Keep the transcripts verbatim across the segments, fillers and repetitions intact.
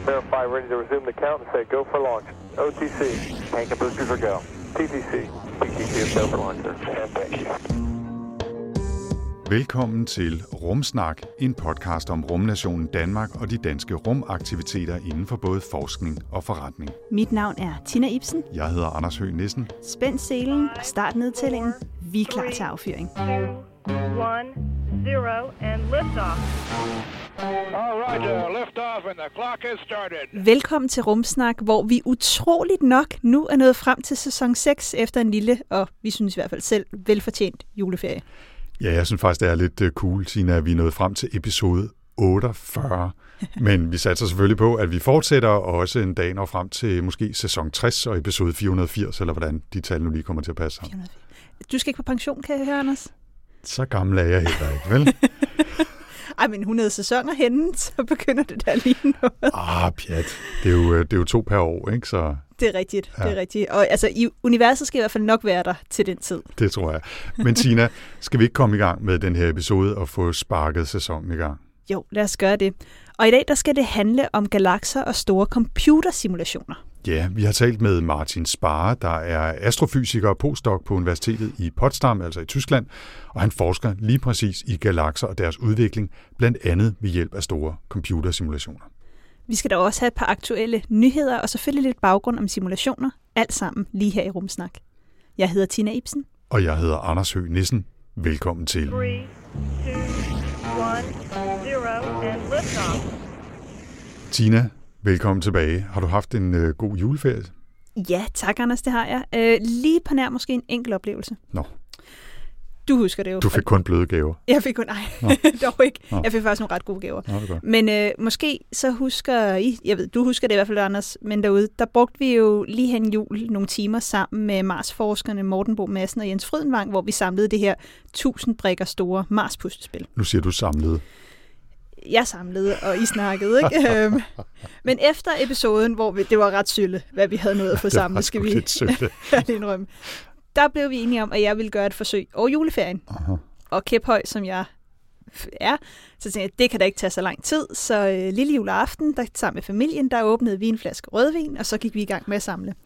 Verify, ready to resume the count and say go for launch. O T C, tank and boosters are go. T T C, T T C is go for launch, sir. And thank you. Velkommen til Rumsnak, en podcast om rumnationen Danmark og de danske rumaktiviteter inden for både forskning og forretning. Mit navn er Tina Ibsen. Jeg hedder Anders Høgh Nissen. Spænd selen og start nedtællingen. Vi er klar til affyring. Two, one, zero, and liftoff. All right, uh, lift off and the clock is started. Velkommen til Rumsnak, hvor vi utroligt nok nu er nået frem til sæson seks efter en lille, og vi synes i hvert fald selv, velfortjent juleferie. Ja, jeg synes faktisk, det er lidt cool, Tina, at vi er nået frem til episode otteogfyrre. Men vi satser selvfølgelig på, at vi fortsætter og også en dag når frem til måske sæson tres og episode fire hundrede og firs, eller hvordan de tal nu lige kommer til at passe sammen. Du skal ikke på pension, kan jeg høre, Anders? Så gammel er jeg heller ikke, vel? Ej, men hundrede sæsoner henne, så begynder det der lige noget. Ah, pjat. Det er jo, det er jo to per år, ikke? Så det er rigtigt, ja. det er rigtigt. Og altså, i universet skal i hvert fald nok være der til den tid. Det tror jeg. Men Tina, skal vi ikke komme i gang med den her episode og få sparket sæsonen i gang? Jo, lad os gøre det. Og i dag, der skal det handle om galakser og store computersimulationer. Ja, vi har talt med Martin Sparre, der er astrofysiker og postdoc på Universitetet i Potsdam, altså i Tyskland, og han forsker lige præcis i galakser og deres udvikling, blandt andet ved hjælp af store computersimulationer. Vi skal da også have et par aktuelle nyheder, og selvfølgelig lidt baggrund om simulationer, alt sammen lige her i Rumsnak. Jeg hedder Tina Ibsen. Og jeg hedder Anders Høgh Nissen. Velkommen til. Three, two, one, zero, and liftoff. Tina, velkommen tilbage. Har du haft en øh, god juleferie? Ja, tak Anders, det har jeg. Øh, lige på nær måske en enkelt oplevelse. Nå. Du husker det jo. Du fik kun bløde gaver. Jeg fik kun, nej, dog ikke. Nå. Jeg fik faktisk nogle ret gode gaver. Nå, men øh, måske så husker I, jeg ved, du husker det i hvert fald, Anders, men derude, der brugte vi jo lige hen jul nogle timer sammen med Mars-forskerne Morten Bo Madsen og Jens Frydenvang, hvor vi samlede det her tusind brikker store Mars-puslespil. Nu siger du samlede. Jeg samlede, og I snakkede, ikke? Men efter episoden, hvor vi, det var ret sølle, hvad vi havde nået at få samlet, skal vi indrømme. Der blev vi enige om, at jeg ville gøre et forsøg over juleferien. Aha. Og kæphøj, som jeg er, så tænkte jeg, at det kan da ikke tage så lang tid. Så øh, lille juleaften, der sammen med familien, der åbnede vi en flaske rødvin, og så gik vi i gang med at samle.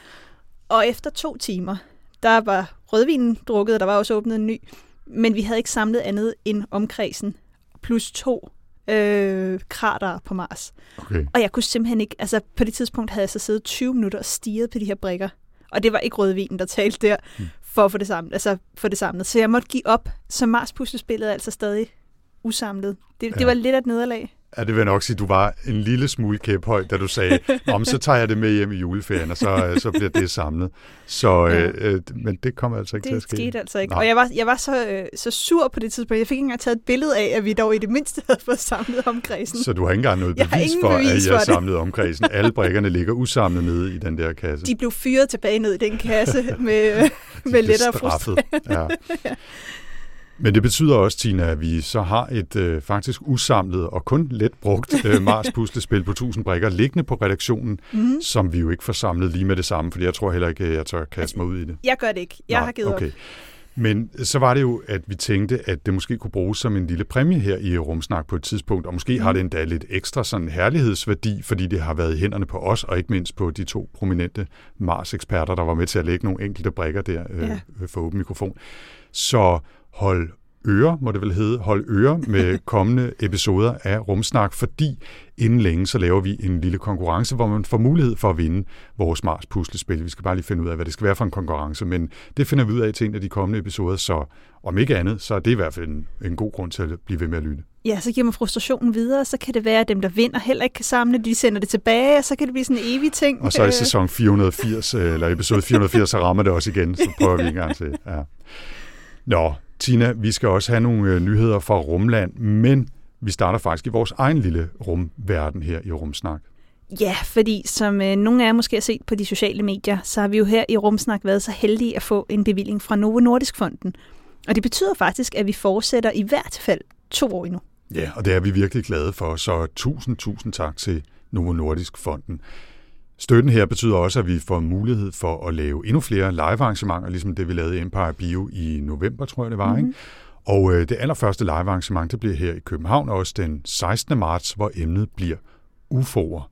Og efter to timer, der var rødvinen drukket, og der var også åbnet en ny. Men vi havde ikke samlet andet end omkredsen, plus to øh, kratere på Mars. Okay. Og jeg kunne simpelthen ikke, altså på det tidspunkt havde jeg så siddet tyve minutter og stirret på de her brikker. Og det var ikke rødvinen, der talte der for at få det samlet. Altså for det samlet. Så jeg måtte give op, så Mars-puslespillet er altså stadig usamlet. Det, ja. det var lidt af et nederlag. Ja, det vil nok sige, at du var en lille smule kæphøj, da du sagde, om så tager jeg det med hjem i juleferien, og så, så bliver det samlet. Så, ja. øh, men det kommer altså ikke det til at ske. Det skete altså ikke. Nej. Og jeg var, jeg var så, øh, så sur på det tidspunkt. Jeg fik ikke engang taget et billede af, at vi dog i det mindste havde fået samlet omkredsen. Så du har ikke engang noget bevis for, bevis at I har samlet omkredsen. Alle brikkerne ligger usamlet nede i den der kasse. De blev fyret tilbage ned i den kasse med, med lettere frustration. Ja. ja. Men det betyder også, Tina, at vi så har et øh, faktisk usamlet og kun let brugt øh, Mars-puslespil på tusind brikker liggende på redaktionen, mm-hmm. som vi jo ikke får samlet lige med det samme, fordi jeg tror heller ikke, at jeg tør kaste mig ud i det. Jeg gør det ikke. Jeg Nå, har givet okay. op. Men så var det jo, at vi tænkte, at det måske kunne bruges som en lille præmie her i Rumsnak på et tidspunkt, og måske mm. har det endda lidt ekstra sådan herlighedsværdi, fordi det har været i hænderne på os, og ikke mindst på de to prominente Mars-eksperter, der var med til at lægge nogle enkelte brikker der øh, ja. for åben mikrofon. Så hold øre, må det vel hedde, hold øre med kommende episoder af Rumsnak, fordi inden længe så laver vi en lille konkurrence, hvor man får mulighed for at vinde vores Mars-puslespil. Vi skal bare lige finde ud af, hvad det skal være for en konkurrence, men det finder vi ud af til en af de kommende episoder, så om ikke andet, så er det i hvert fald en, en god grund til at blive ved med at lytte. Ja, så giver man frustrationen videre, så kan det være, at dem, der vinder, heller ikke kan samle, de sender det tilbage, og så kan det blive sådan en evig ting. Og så i sæson fire hundrede og firs, eller episode fire hundrede og firs, så rammer det også igen, så prøver vi en gang til. Ja. Nå, Tina, vi skal også have nogle nyheder fra Rumland, men vi starter faktisk i vores egen lille rumverden her i Rumsnak. Ja, fordi som øh, nogle af jer måske har set på de sociale medier, så har vi jo her i Rumsnak været så heldige at få en bevilling fra Novo Nordisk Fonden. Og det betyder faktisk, at vi fortsætter i hvert fald to år endnu. Ja, og det er vi virkelig glade for, så tusind, tusind tak til Novo Nordisk Fonden. Støtten her betyder også, at vi får mulighed for at lave endnu flere live-arrangementer, ligesom det vi lavede i Empire Bio i november, tror jeg det var. Mm-hmm. Ikke? Og øh, det allerførste live-arrangement, det bliver her i København, også den sekstende marts, hvor emnet bliver U F O'er.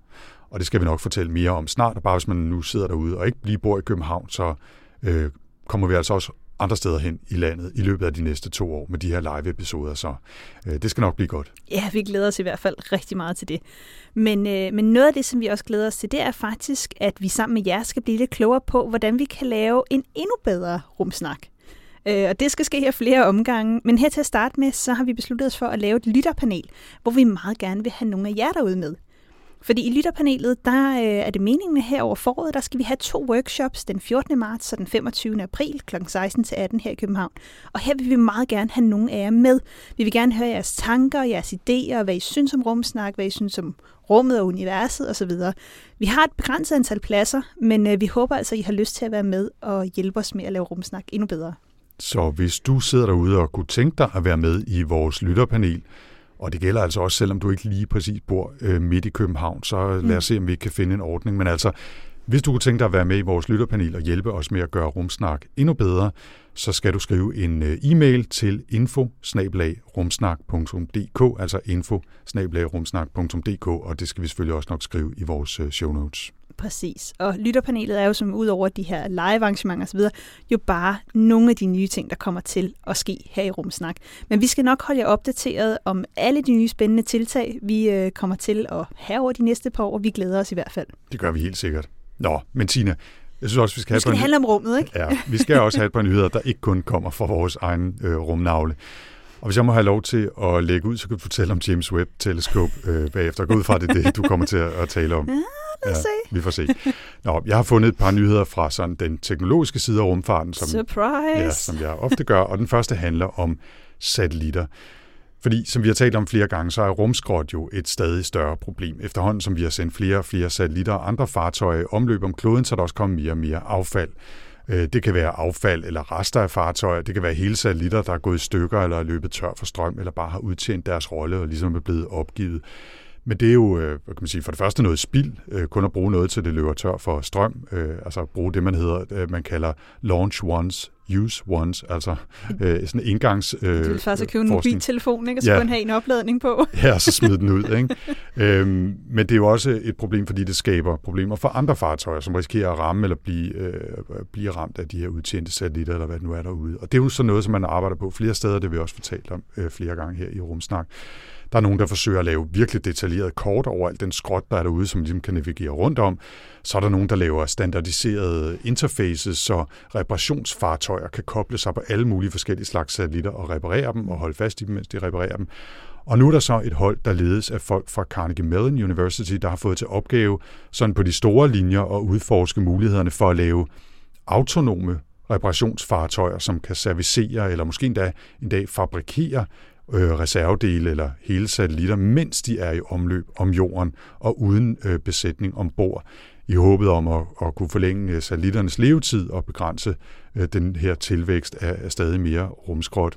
Og det skal vi nok fortælle mere om snart, og bare hvis man nu sidder derude og ikke lige bor i København, så øh, kommer vi altså også andre steder hen i landet i løbet af de næste to år med de her live-episoder, så øh, det skal nok blive godt. Ja, vi glæder os i hvert fald rigtig meget til det. Men, øh, men noget af det, som vi også glæder os til, det er faktisk, at vi sammen med jer skal blive lidt klogere på, hvordan vi kan lave en endnu bedre rumsnak. Øh, og det skal ske her flere omgange, men her til at starte med, så har vi besluttet os for at lave et lytterpanel, hvor vi meget gerne vil have nogle af jer derude med. Fordi i lytterpanelet, der øh, er det meningen her over foråret, der skal vi have to workshops den fjortende marts og den femogtyvende april kl. seksten til atten her i København. Og her vil vi meget gerne have nogle af jer med. Vi vil gerne høre jeres tanker, jeres idéer, hvad I synes om rumsnak, hvad I synes om rummet og universet osv. Vi har et begrænset antal pladser, men øh, vi håber altså, I har lyst til at være med og hjælpe os med at lave rumsnak endnu bedre. Så hvis du sidder derude og kunne tænke dig at være med i vores lytterpanel, og det gælder altså også, selvom du ikke lige præcis bor øh, midt i København, så lad os se, om vi ikke kan finde en ordning. Men altså, hvis du kunne tænke dig at være med i vores lytterpanel og hjælpe os med at gøre rumsnak endnu bedre, så skal du skrive en øh, e-mail til info bindestreg rumsnak punktum d k, altså info bindestreg rumsnak punktum d k, og det skal vi selvfølgelig også nok skrive i vores øh, show notes. Præcis. Og lytterpanelet er jo som ud over de her live-arrangementer osv., jo bare nogle af de nye ting, der kommer til at ske her i Rumsnak. Men vi skal nok holde jer opdateret om alle de nye spændende tiltag, vi øh, kommer til at have over de næste par år, og vi glæder os i hvert fald. Det gør vi helt sikkert. Nå, men Tina, jeg synes også, vi skal have... Vi skal handle om rummet, ikke? Ja, vi skal også have et par nyheder, der ikke kun kommer fra vores egen øh, rumnavle. Og hvis jeg må have lov til at lægge ud, så kan du fortælle om James Webb-teleskop øh, bagefter. Gå ud fra det, det du kommer til at tale om. Ja, lad os se. Ja, vi får se. Nå, jeg har fundet et par nyheder fra sådan den teknologiske side af rumfarten, som, Surprise! Ja, som jeg ofte gør. Og den første handler om satellitter. Fordi, som vi har talt om flere gange, så er rumskrot jo et stadig større problem. Efterhånden, som vi har sendt flere og flere satellitter og andre fartøjer i omløb om kloden, så er der også kommet mere og mere affald. Det kan være affald eller rester af fartøjer. Det kan være hele satellitter, der er gået i stykker eller er løbet tør for strøm, eller bare har udtjent deres rolle og ligesom er blevet opgivet. Men det er jo, hvad kan man sige, for det første noget spild, kun at bruge noget til det løber tør for strøm, altså bruge det, man hedder, man kalder launch once, use once, altså sådan en indgangs øh, Du vil faktisk købe en mobiltelefon, ikke? Og så ja. kun have en opladning på. Ja, så smid den ud, ikke? øhm, men det er jo også et problem, fordi det skaber problemer for andre fartøjer, som risikerer at ramme eller blive, øh, blive ramt af de her udtjente satellitter, eller hvad det nu er derude. Og det er jo så noget, som man arbejder på flere steder, det har vi også fortalt om øh, flere gange her i Rumsnak. Der er nogen, der forsøger at lave virkelig detaljeret kort over alt den skrot, der er derude, som ligesom kan navigere rundt om. Så er der nogen, der laver standardiserede interfaces, så reparationsfartøjer kan koble sig på alle mulige forskellige slags satellitter og reparere dem og holde fast i dem, mens de reparerer dem. Og nu er der så et hold, der ledes af folk fra Carnegie Mellon University, der har fået til opgave sådan på de store linjer at udforske mulighederne for at lave autonome reparationsfartøjer, som kan servicere eller måske endda en dag fabrikere øh, reservedele eller hele satellitter, mens de er i omløb om jorden og uden øh, besætning ombord, i håbet om at, at kunne forlænge satellitternes levetid og begrænse øh, den her tilvækst af, af stadig mere rumskrot.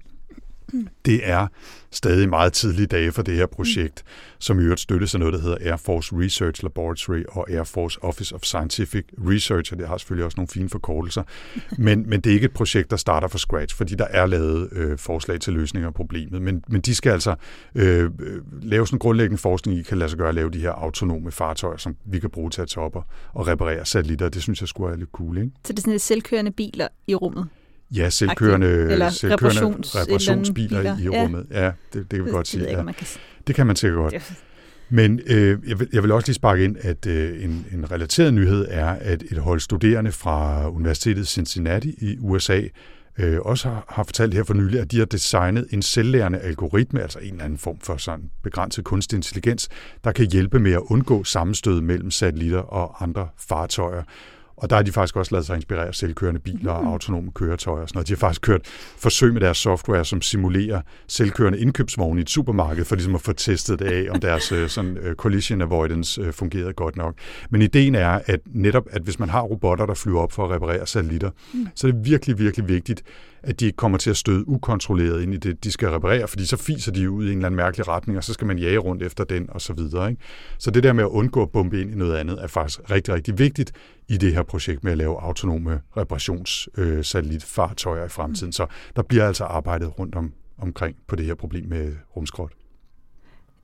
Det er stadig meget tidlige dage for det her projekt, som i øvrigt støttes af noget, der hedder Air Force Research Laboratory og Air Force Office of Scientific Research, og det har selvfølgelig også nogle fine forkortelser. Men, men det er ikke et projekt, der starter fra scratch, fordi der er lavet øh, forslag til løsninger af problemet. Men, men de skal altså øh, lave sådan en grundlæggende forskning, I kan lade sig gøre at lave de her autonome fartøjer, som vi kan bruge til at toppe og reparere satellitter. Det synes jeg skulle være lidt cool, ikke? Så det er sådan et selvkørende biler i rummet? Ja, selvkørende, eller selvkørende reparations, reparationsbiler i rummet. Ja, det, det kan vi godt sige. Ikke, ja. man kan... Det kan man sikkert godt. Men øh, jeg, vil, jeg vil også lige sparke ind, at øh, en, en relateret nyhed er, at et hold studerende fra Universitetet Cincinnati i U S A øh, også har, har fortalt her for nylig, at de har designet en selvlærende algoritme, altså en eller anden form for sådan begrænset kunstig intelligens, der kan hjælpe med at undgå sammenstød mellem satellitter og andre fartøjer. Og der har de faktisk også ladet sig inspirere af selvkørende biler og autonome køretøjer og sådan noget. De har faktisk kørt forsøg med deres software, som simulerer selvkørende indkøbsvogne i et supermarked, for ligesom at få testet det af, om deres sådan, uh, collision avoidance uh, fungerede godt nok. Men ideen er, at netop, at hvis man har robotter, der flyver op for at reparere satellitter, mm. så er det virkelig, virkelig vigtigt, at de ikke kommer til at støde ukontrolleret ind i det, de skal reparere, fordi så fiser de ud i en eller anden mærkelig retning, og så skal man jage rundt efter den, og så videre. Ikke? Så det der med at undgå at bombe ind i noget andet, er faktisk rigtig, rigtig vigtigt i det her projekt med at lave autonome reparationssatellitfartøjer i fremtiden. Så der bliver altså arbejdet rundt om, omkring på det her problem med rumskrot.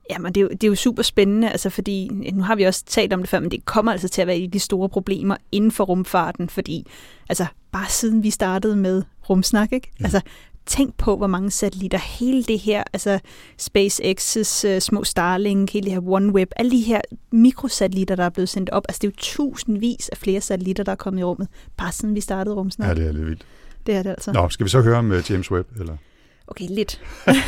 Jamen, det er, jo, det er jo super spændende, altså fordi, nu har vi også talt om det før, men det kommer altså til at være et af de store problemer inden for rumfarten, fordi altså bare siden vi startede med rumsnak, ikke? Ja. Altså tænk på, hvor mange satellitter, hele det her, altså SpaceX's uh, små Starlink, hele det her OneWeb, alle de her mikrosatellitter, der er blevet sendt op, altså det er jo tusindvis af flere satellitter, der er kommet i rummet, bare siden vi startede rumsnak. Ja, det er lidt vildt. Det er det altså. Nå, skal vi så høre om uh, James Webb, eller? Okay, lidt.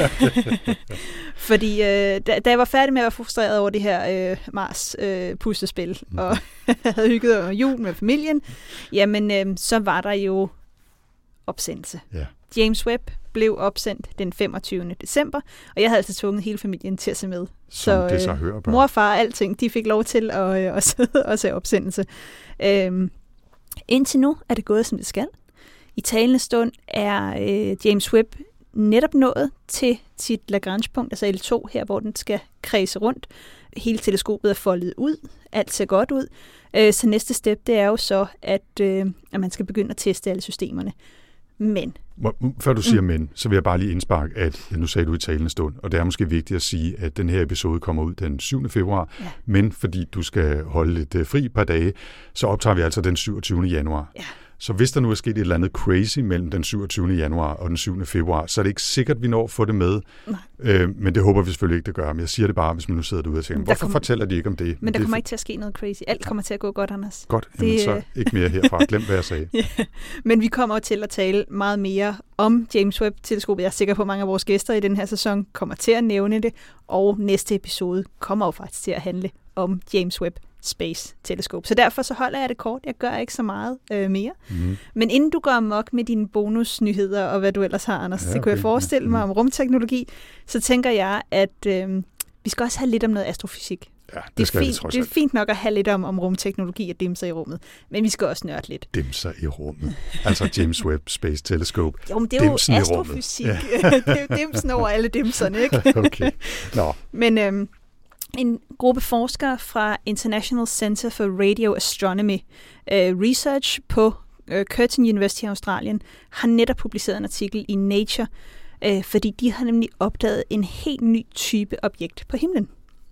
Fordi øh, da, da jeg var færdig med at være frustreret over det her øh, Mars-puslespil, øh, mm. og havde hygget over jul med familien, jamen øh, så var der jo opsendelse. Yeah. James Webb blev opsendt den femogtyvende december, og jeg havde altså tvunget hele familien til at se med. Som så, det så hører mor og far, alting, de fik lov til at, øh, at sidde og se opsendelse. Øh, indtil nu er det gået, som det skal. I talende stund er øh, James Webb netop nået til sit Lagrange-punkt, altså L to her, hvor den skal kredse rundt. Hele teleskopet er foldet ud. Alt ser godt ud. Øh, så næste step, det er jo så, at, øh, at man skal begynde at teste alle systemerne. Men... Før du siger mm. men, så vil jeg bare lige indsparke, at nu sagde du i talende stund, og det er måske vigtigt at sige, at den her episode kommer ud den syvende februar, ja. Men fordi du skal holde lidt uh, fri et par dage, så optager vi altså den syvogtyvende januar. Ja. Så hvis der nu er sket et eller andet crazy mellem den syvogtyvende januar og den syvende februar, så er det ikke sikkert, at vi når at få det med. Øh, men det håber vi selvfølgelig ikke, det gør. Men jeg siger det bare, hvis man nu sidder derude og tænker, hvorfor kommer, fortæller de ikke om det? Men, men der det kommer for... ikke til at ske noget crazy. Alt kommer til at gå godt, Anders. Godt, jamen, det... så ikke mere herfra. Glem, hvad jeg sagde. Ja. Men vi kommer til at tale meget mere om James Webb-teleskopet. Jeg er sikker på, at mange af vores gæster i den her sæson kommer til at nævne det. Og næste episode kommer jo faktisk til at handle om James Webb Space Teleskop. Så derfor så holder jeg det kort. Jeg gør ikke så meget øh, mere. Mm. Men inden du går amok med dine bonusnyheder og hvad du ellers har, Anders, ja, okay. så kunne jeg forestille mig mm. om rumteknologi, så tænker jeg, at øh, vi skal også have lidt om noget astrofysik. Ja, det, det, er skal fint, det, trods det er fint nok at have lidt om, om rumteknologi og dimser i rummet, men vi skal også nørde lidt. Dimser i rummet. Altså James Webb Space Telescope. Jo, men det er dimsen jo astrofysik. Ja. Det er jo dimsen over alle dimserne, ikke? Okay. Nå. Men øh, en gruppe forskere fra International Center for Radio Astronomy uh, Research på uh, Curtin University i Australien har netop publiceret en artikel i Nature, uh, fordi de har nemlig opdaget en helt ny type objekt på himlen.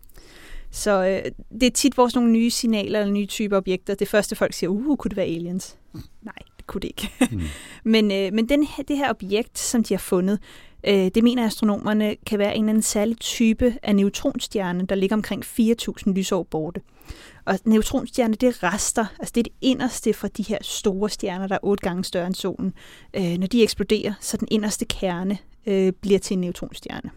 Så uh, det er tit vores nogle nye signaler eller nye typer objekter. Det første folk siger, uh, kunne det være aliens? Mm. Nej, det kunne det ikke. Mm. men uh, men den her, det her objekt, som de har fundet, det mener astronomerne kan være en eller anden særlig type af neutronstjerne, der ligger omkring fire tusind lysår borte. Og neutronstjerne, det er rester, altså det er det inderste fra de her store stjerner, der er otte gange større end solen. Når de eksploderer, så den inderste kerne øh, bliver til en neutronstjerne.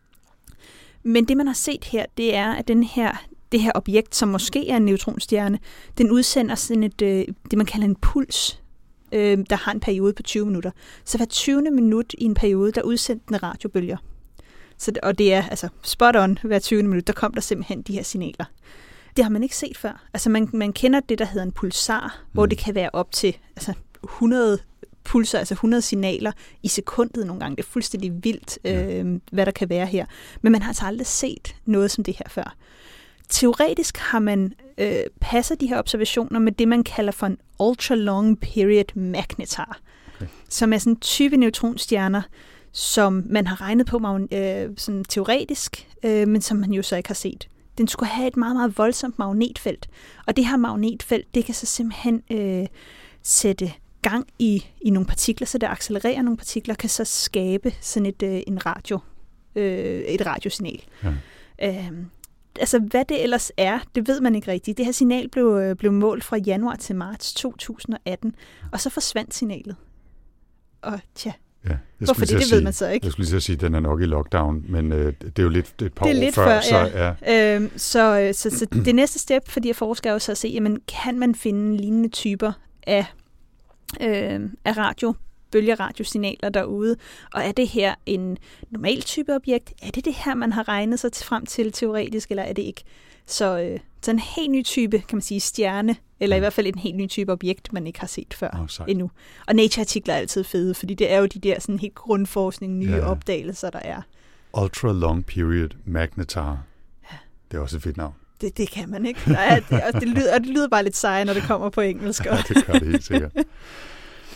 Men det man har set her, det er, at den her, det her objekt, som måske er en neutronstjerne, den udsender sådan et, øh, det man kalder en puls, der har en periode på tyve minutter. Så hver tyvende minut i en periode, der udsendte den radiobølger. Så, og det er altså spot on hver tyvende minut, der kom der simpelthen de her signaler. Det har man ikke set før. Altså man, man kender det, der hedder en pulsar, mm. hvor det kan være op til altså hundrede pulser, altså hundrede signaler i sekundet nogle gange. Det er fuldstændig vildt, øh, hvad der kan være her. Men man har altså aldrig set noget som det her før. Teoretisk har man øh, passet de her observationer med det, man kalder for en ultra long period magnetar, okay. som er sådan en type neutronstjerner, som man har regnet på øh, sådan teoretisk, øh, men som man jo så ikke har set. Den skulle have et meget, meget voldsomt magnetfelt, og det her magnetfelt, det kan så simpelthen øh, sætte gang i, i nogle partikler, så det accelererer nogle partikler, kan så skabe sådan et, øh, en radio, øh, et radiosignal. Ja. Øh, Altså, hvad det ellers er, det ved man ikke rigtigt. Det her signal blev, blev målt fra januar til marts to tusind og atten, og så forsvandt signalet. Og tja, ja, hvorfor det, det sige, ved man så ikke. Jeg skulle lige sige, at den er nok i lockdown, men øh, det er jo lidt et par det er år lidt før. før så, ja. ja. Øhm, så, så, så det næste step for de her forskere er jo så at se, jamen, kan man finde lignende typer af, øh, af radio, bølgeradiosignaler derude, og er det her en normal type objekt? Er det det her, man har regnet sig frem til teoretisk, eller er det ikke? Så, øh, så en helt ny type, kan man sige, stjerne, eller i hvert fald en helt ny type objekt, man ikke har set før oh, endnu. Og Nature-artikler er altid fede, fordi det er jo de der sådan helt grundforskning, nye ja. opdagelser, der er. Ultra Long Period Magnetar. Ja. Det er også et fedt navn. Det, det kan man ikke. Der er, det, og, det lyder, og det lyder bare lidt sejt, når det kommer på engelsk. Ja, det gør det helt sikkert.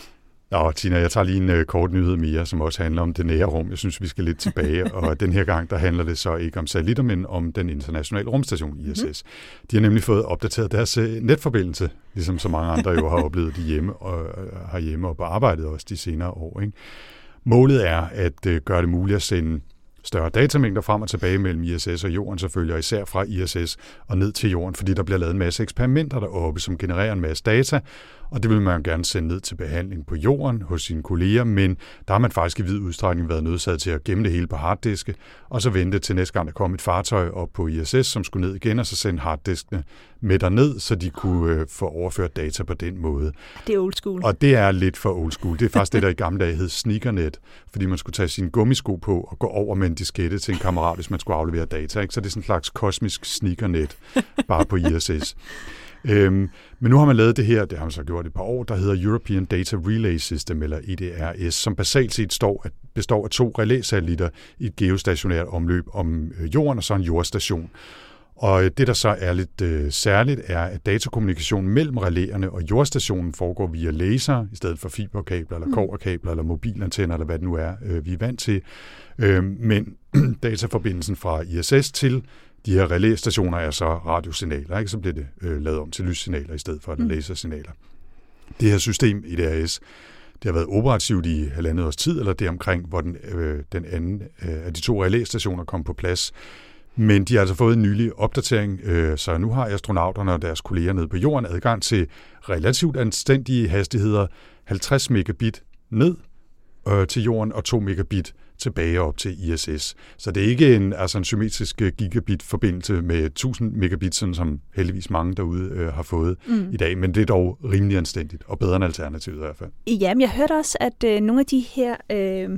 Nå, Tina, jeg tager lige en uh, kort nyhed mere, som også handler om det nære rum. Jeg synes, vi skal lidt tilbage, og den her gang, der handler det så ikke om satellitter, men om den internationale rumstation I S S. Mm-hmm. De har nemlig fået opdateret deres uh, netforbindelse, ligesom så mange andre jo har oplevet det hjemme og uh, herhjemme og på arbejdet også de senere år. Ikke? Målet er at uh, gøre det muligt at sende større datamængder frem og tilbage mellem I S S og jorden selvfølgelig, og især fra I S S og ned til jorden, fordi der bliver lavet en masse eksperimenter deroppe, som genererer en masse data, og det vil man gerne sende ned til behandling på jorden hos sine kolleger, men der har man faktisk i vid udstrækning været nødsaget til at gemme det hele på harddiske, og så vente til næste gang, der kom et fartøj op på I S S, som skulle ned igen, og så sende harddiskene med derned, så de kunne øh, få overført data på den måde. Det er old school. Og det er lidt for old school. Det er faktisk det, der i gamle dage hed sneakernet, fordi man skulle tage sine gummisko på og gå over med en diskette til en kammerat, hvis man skulle aflevere data. Ikke? Så det er sådan en slags kosmisk sneakernet, bare på I S S. Øhm, men nu har man lavet det her, det har man så gjort et par år, der hedder European Data Relay System, eller E D R S, som basalt set står, at består af to relæsatellitter i et geostationært omløb om jorden og så en jordstation. Og det, der så er lidt øh, særligt, er, at datakommunikation mellem relæerne og jordstationen foregår via laser, i stedet for fiberkabler, eller kobberkabler, eller mobilantenner, eller hvad det nu er, øh, vi er vant til. Øh, men dataforbindelsen fra I S S til de her relæstationer er så radiosignaler, ikke? Så bliver det øh, lavet om til lyssignaler i stedet for, eller mm. lasersignaler. Det her system, E D R S, det har været operativt i halvandet års tid, eller deromkring, hvor den, øh, den anden øh, af de to relæstationer kom på plads. Men de har altså fået en nylig opdatering, øh, så nu har astronauterne og deres kolleger nede på jorden adgang til relativt anstændige hastigheder, halvtreds megabit ned øh, til jorden og to megabit tilbage op til I S S. Så det er ikke en, altså en symmetrisk gigabit-forbindelse med tusind megabit, sådan som heldigvis mange derude øh, har fået mm. i dag, men det er dog rimelig anstændigt, og bedre end alternativet i hvert fald. Jamen, jeg hørte også, at øh, nogle af de her øh,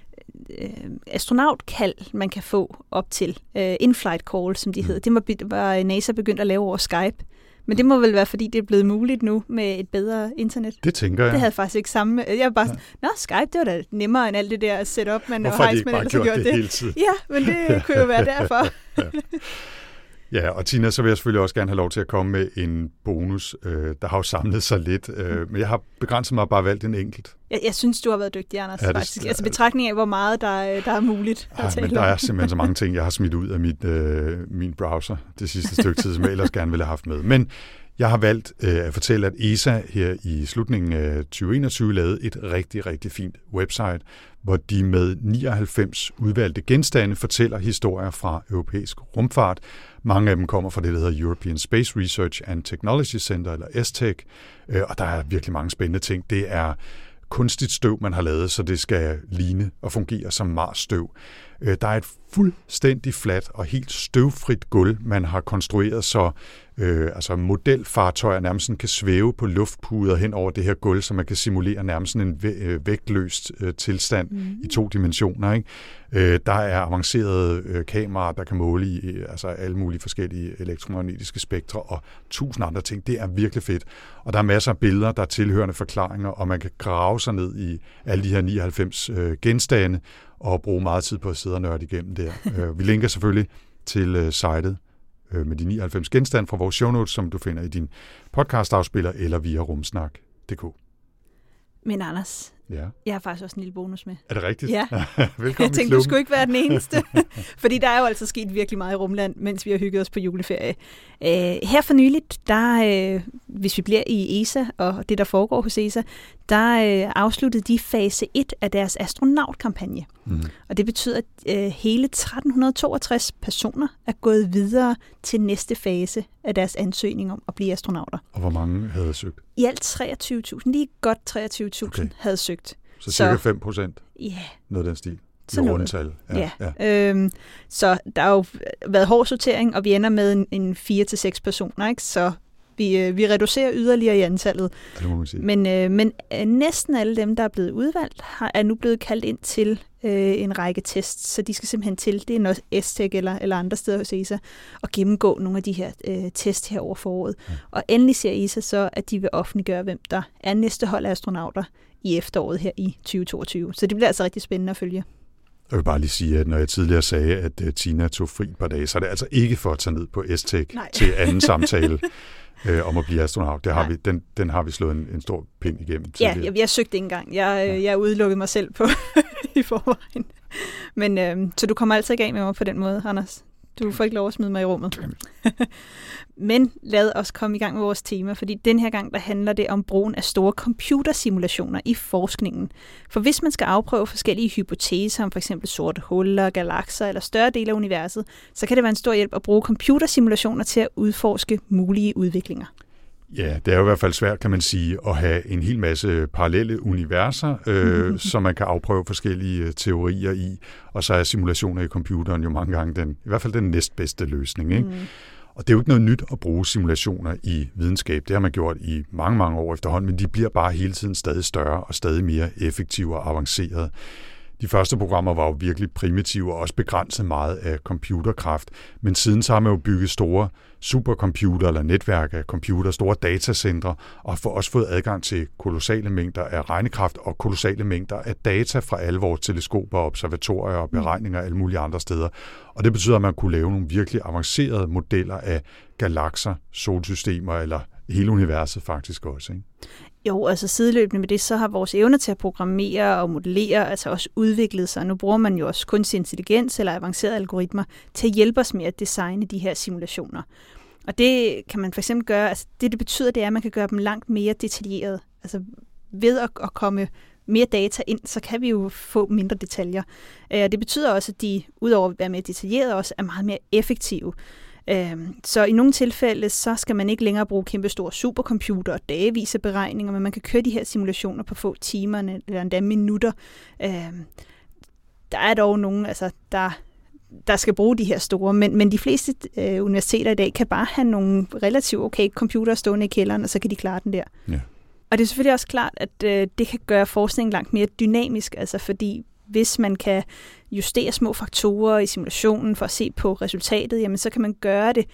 øh, astronautkald, man kan få op til, øh, in-flight call, som de mm. hedder, det var, var NASA begyndt at lave over Skype. Men det må vel være, fordi det er blevet muligt nu med et bedre internet. Det tænker jeg. Det havde faktisk ikke samme. Jeg var bare sådan, nå, Skype, det var da nemmere end alt det der setup, man Hvorfor har har de ikke bare gjort det, det hele tiden? Ja, men det kunne jo være derfor. ja. Ja, og Tina, så vil jeg selvfølgelig også gerne have lov til at komme med en bonus, øh, der har jo samlet sig lidt, øh, men jeg har begrænset mig og bare valgt en enkelt. Jeg, jeg synes, du har været dygtig, Anders, ja, det, faktisk. Altså betragtning af, hvor meget der, der er muligt at ja, tale men der er simpelthen så mange ting, jeg har smidt ud af mit, øh, min browser det sidste stykke tid, som jeg ellers gerne ville have haft med. Men jeg har valgt øh, at fortælle, at E S A her i slutningen af tyve enogtyve lavede et rigtig, rigtig fint website, hvor de med nioghalvfems udvalgte genstande fortæller historier fra europæisk rumfart. Mange af dem kommer fra det, der hedder European Space Research and Technology Center, eller S T E C, øh, og der er virkelig mange spændende ting. Det er kunstigt støv, man har lavet, så det skal ligne og fungere som Mars-støv. Der er et fuldstændig fladt og helt støvfrit gulv, man har konstrueret, så øh, altså modelfartøjer nærmest kan svæve på luftpuder hen over det her gulv, så man kan simulere nærmest en væ- vægtløst øh, tilstand mm. i to dimensioner. Ikke? Øh, der er avancerede øh, kameraer, der kan måle i øh, altså alle mulige forskellige elektromagnetiske spektre og tusind andre ting. Det er virkelig fedt. Og der er masser af billeder, der er tilhørende forklaringer, og man kan grave sig ned i alle de her nioghalvfems øh, genstande, og bruge meget tid på at sidde og nørde igennem der. Vi linker selvfølgelig til sitet med de nioghalvfems genstande fra vores show notes, som du finder i din podcast-afspiller eller via rumsnak punktum d k. Men Anders, ja. Jeg har faktisk også en lille bonus med. Er det rigtigt? Ja. Velkommen jeg tænkte, du skulle ikke være den eneste. Fordi der er jo altså sket virkelig meget i rumland, mens vi har hygget os på juleferie. Uh, her for nyligt, der, uh, hvis vi bliver i E S A og det, der foregår hos E S A, der uh, afsluttede de fase et af deres astronautkampagne. Mm. Og det betyder, at uh, hele tretten toogtres personer er gået videre til næste fase af deres ansøgning om at blive astronauter. Og hvor mange havde søgt? I alt treogtyve tusind, lige godt treogtyve tusind okay. havde søgt. Så cirka fem procent? Ja. Yeah. Noget af den stil? Sådan noget. Rundetal. Ja. Ja. Ja. Øhm, så der har jo været hård sortering, og vi ender med en, en fire til seks personer, ikke? Så vi, øh, vi reducerer yderligere i antallet. Det må man sige. Men, øh, men øh, næsten alle dem, der er blevet udvalgt, har, er nu blevet kaldt ind til øh, en række tests, så de skal simpelthen til, det er noget S T E C eller, eller andre steder hos E S A, og gennemgå nogle af de her øh, tests her over foråret. Ja. Og endelig siger E S A så, at de vil offentliggøre, hvem der er næste hold af astronauter i efteråret her i tyve toogtyve. Så det bliver altså rigtig spændende at følge. Jeg vil bare lige sige, at når jeg tidligere sagde, at Tina tog fri et par dage, så er det altså ikke for at tage ned på S T E C Nej. til anden samtale. øh, om at blive astronaut. Det har vi, den, den har vi slået en, en stor pind igennem tidligere. Ja, jeg, jeg søgte ikke engang. Jeg, ja. jeg udelukkede mig selv på i forvejen. Men øh, så du kommer altid ikke af med mig på den måde, Anders. Du får ikke lov at smide mig i rummet. Men lad os komme i gang med vores tema, fordi den her gang der handler det om brugen af store computersimulationer i forskningen. For hvis man skal afprøve forskellige hypoteser om f.eks. sorte huller, galakser eller større dele af universet, så kan det være en stor hjælp at bruge computersimulationer til at udforske mulige udviklinger. Ja, det er jo i hvert fald svært, kan man sige, at have en hel masse parallelle universer, øh, som man kan afprøve forskellige teorier i, og så er simulationer i computeren jo mange gange den, i hvert fald den næstbedste løsning, ikke? Mm. Og det er jo ikke noget nyt at bruge simulationer i videnskab. Det har man gjort i mange, mange år efterhånden, men de bliver bare hele tiden stadig større og stadig mere effektive og avancerede. De første programmer var jo virkelig primitive og også begrænset meget af computerkraft, men siden så har man jo bygget store supercomputer eller netværk af computer, store datacentre, og har også fået adgang til kolossale mængder af regnekraft og kolossale mængder af data fra alle vores teleskoper, observatorier og beregninger alle mulige andre steder. Og det betyder, at man kunne lave nogle virkelig avancerede modeller af galakser, solsystemer eller hele universet faktisk også, ikke? Jo, altså sideløbende med det, så har vores evne til at programmere og modellere altså også udviklet sig. Nu bruger man jo også kunstig intelligens eller avancerede algoritmer til at hjælpe os med at designe de her simulationer. Og det kan man for eksempel gøre, altså det det betyder, det er, at man kan gøre dem langt mere detaljerede. Altså ved at, at komme mere data ind, så kan vi jo få mindre detaljer. Og det betyder også, at de, udover at være mere detaljerede, også er meget mere effektive. Så i nogle tilfælde, så skal man ikke længere bruge kæmpe store supercomputer og dagevise beregninger, men man kan køre de her simulationer på få timer eller endda minutter. Der er dog nogen, altså, der, der skal bruge de her store, men, men de fleste øh, universiteter i dag kan bare have nogle relativt okay computere stående i kælderen, og så kan de klare den der. Ja. Og det er selvfølgelig også klart, at øh, det kan gøre forskningen langt mere dynamisk, altså fordi hvis man kan justere små faktorer i simulationen for at se på resultatet, jamen så kan man gøre det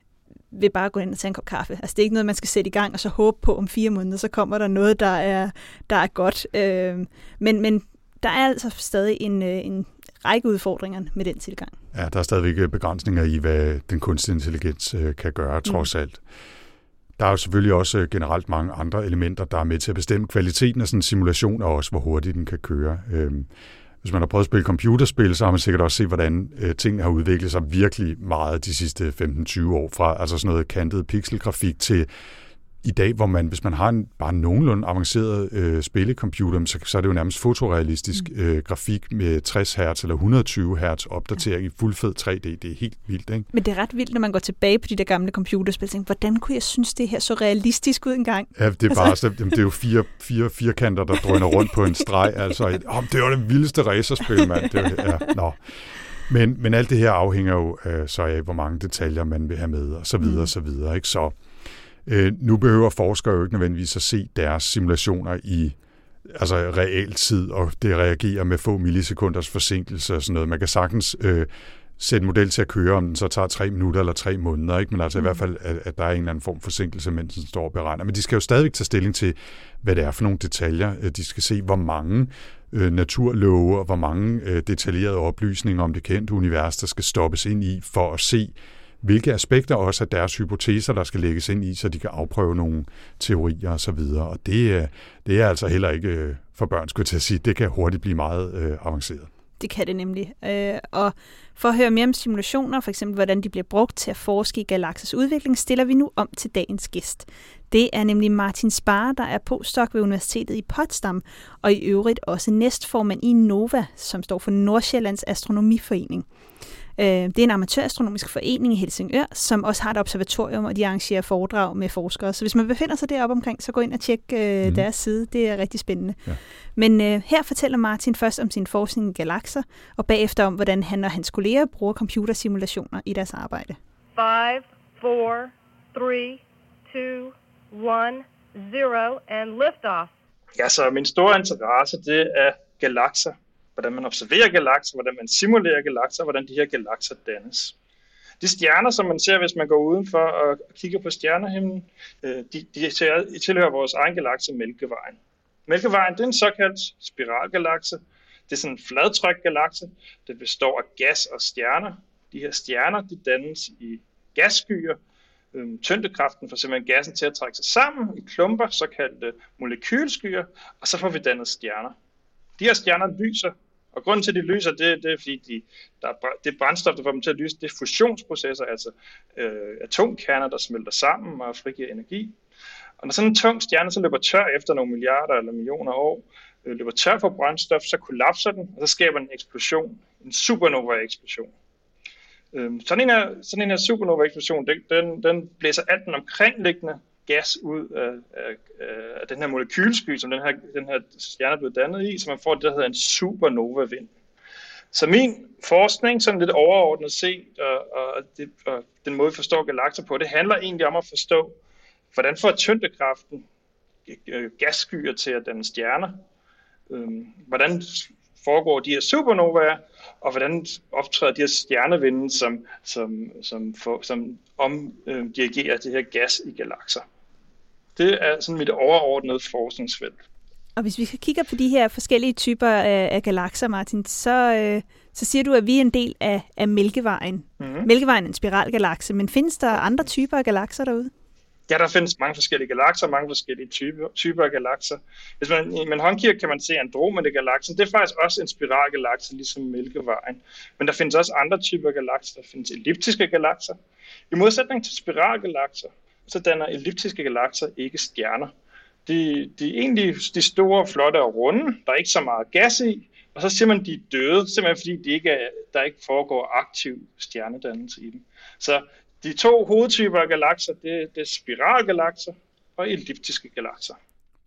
ved bare at gå ind og tage en kop kaffe. Altså det er ikke noget, man skal sætte i gang og så håbe på om fire måneder, så kommer der noget, der er, der er godt. Øh, men, men der er altså stadig en, en række udfordringer med den tilgang. Ja, der er stadigvæk begrænsninger i, hvad den kunstige intelligens kan gøre, trods mm. alt. Der er jo selvfølgelig også generelt mange andre elementer, der er med til at bestemme kvaliteten af sådan en simulation, og også hvor hurtigt den kan køre. Hvis man har prøvet at spille computerspil, så har man sikkert også set, hvordan tingene har udviklet sig virkelig meget de sidste femten til tyve år, fra altså sådan noget kantet pixelgrafik til i dag, hvor man, hvis man har en bare nogenlunde avanceret øh, spillecomputer, så, så er det jo nærmest fotorealistisk øh, grafik med tres hertz eller et hundrede og tyve hertz opdatering i fuldfed tre D. Det er helt vildt, ikke? Men det er ret vildt, når man går tilbage på de der gamle computerspil. Tænker, hvordan kunne jeg synes, det her så realistisk ud engang? Ja, det er bare altså... det, det er jo fire, fire firkanter, der drøner rundt på en streg. Altså, oh, det var det vildeste racerspil, mand. Det var, ja, nå. Men, men alt det her afhænger jo øh, så af, hvor mange detaljer man vil have med, og så videre, mm. og så videre, ikke? Så Øh, nu behøver forskere jo ikke nødvendigvis at se deres simulationer i altså realtid, og det reagerer med få millisekunders forsinkelse og sådan noget. Man kan sagtens øh, sætte en model til at køre, om den så tager tre minutter eller tre måneder, ikke? Men altså mm. i hvert fald, at, at der er en eller anden form for forsinkelse, mens den står og beregner. Men de skal jo stadigvæk tage stilling til, hvad det er for nogle detaljer. De skal se, hvor mange øh, naturlove og hvor mange øh, detaljerede oplysninger om det kendte univers, der skal stoppes ind i, for at se, hvilke aspekter også af deres hypoteser, der skal lægges ind i, så de kan afprøve nogle teorier og så videre. Og det, det er altså heller ikke for børn, skulle jeg til at sige. Det kan hurtigt blive meget øh, avanceret. Det kan det nemlig. Øh, og for at høre mere om simulationer, for eksempel hvordan de bliver brugt til at forske i galaksers udvikling, stiller vi nu om til dagens gæst. Det er nemlig Martin Sparre, der er postdoc ved Universitetet i Potsdam, og i øvrigt også næstformand i NOVA, som står for Nordsjællands Astronomiforening. Det er en amatørastronomisk forening i Helsingør, som også har et observatorium, og de arrangerer foredrag med forskere. Så hvis man befinder sig deroppe omkring, så gå ind og tjek øh, mm. deres side. Det er rigtig spændende. Ja. Men øh, her fortæller Martin først om sin forskning i galakser, og bagefter om, hvordan han og hans kolleger bruger computersimulationer i deres arbejde. five, four, three, two, one, zero, and liftoff. Ja, så min store interesse, det er galakser. Hvordan man observerer galakser, hvordan man simulerer galakser, hvordan de her galakser dannes. De stjerner, som man ser, hvis man går udenfor og kigger på stjernehimlen, de, de tilhører vores egen galakse, Mælkevejen. Mælkevejen, det er en såkaldt spiralgalakse. Det er sådan en fladtrykgalakse. Det består af gas og stjerner. De her stjerner, de dannes i gasskyer, øhm, tyngdekraften får simpelthen gassen til at trække sig sammen i klumper, såkaldte molekylskyer, og så får vi dannet stjerner. De her stjerner lyser, og grunden til, at de lyser, det, det er, fordi de, der er, det brændstof, der får dem til at lyse, det er fusionsprocesser, altså øh, atomkerner, der smelter sammen og frigiver energi. Og når sådan en tung stjerne så løber tør efter nogle milliarder eller millioner år, øh, løber tør for brændstof, så kollapser den, og så skaber den en eksplosion, en supernova-eksplosion. Øh, sådan, en her, sådan en her supernova-eksplosion, den, den, den blæser alt den omkringliggende gas ud af, af, af den her molekylsky, som den her, den her stjerne er blevet dannet i, så man får det, der hedder en supernova-vind. Så min forskning, sådan lidt overordnet set, og, og, det, og den måde, vi forstår galakser på, det handler egentlig om at forstå, hvordan får tyngdekraften gasskyer til at danne stjerner, hvordan foregår de her supernovaer, og hvordan optræder de her stjernevinde, som, som, som, for, som omdirigerer det her gas i galakser. Det er sådan mit overordnede forskningsfelt. Og hvis vi kigger på de her forskellige typer af, af galakser, Martin, så, øh, så siger du, at vi er en del af, af Mælkevejen. Mm-hmm. Mælkevejen er en spiralgalakse, men findes der andre typer af galakser derude? Ja, der findes mange forskellige galakser, mange forskellige typer, typer af galakser. Hvis man i håndkigger kan man se Andromeda-galaksen. Det er faktisk også en spiralgalakse, ligesom Mælkevejen. Men der findes også andre typer af galakser. Der findes elliptiske galakser. I modsætning til spiralgalakser, så danner elliptiske galakser ikke stjerner. De, de er egentlig de store, flotte og runde. Der er ikke så meget gas i. Og så siger man, de er døde, simpelthen fordi de ikke er, der ikke foregår aktiv stjernedannelse i dem. Så de to hovedtyper af galakser, det, det er spiralgalakser og elliptiske galakser.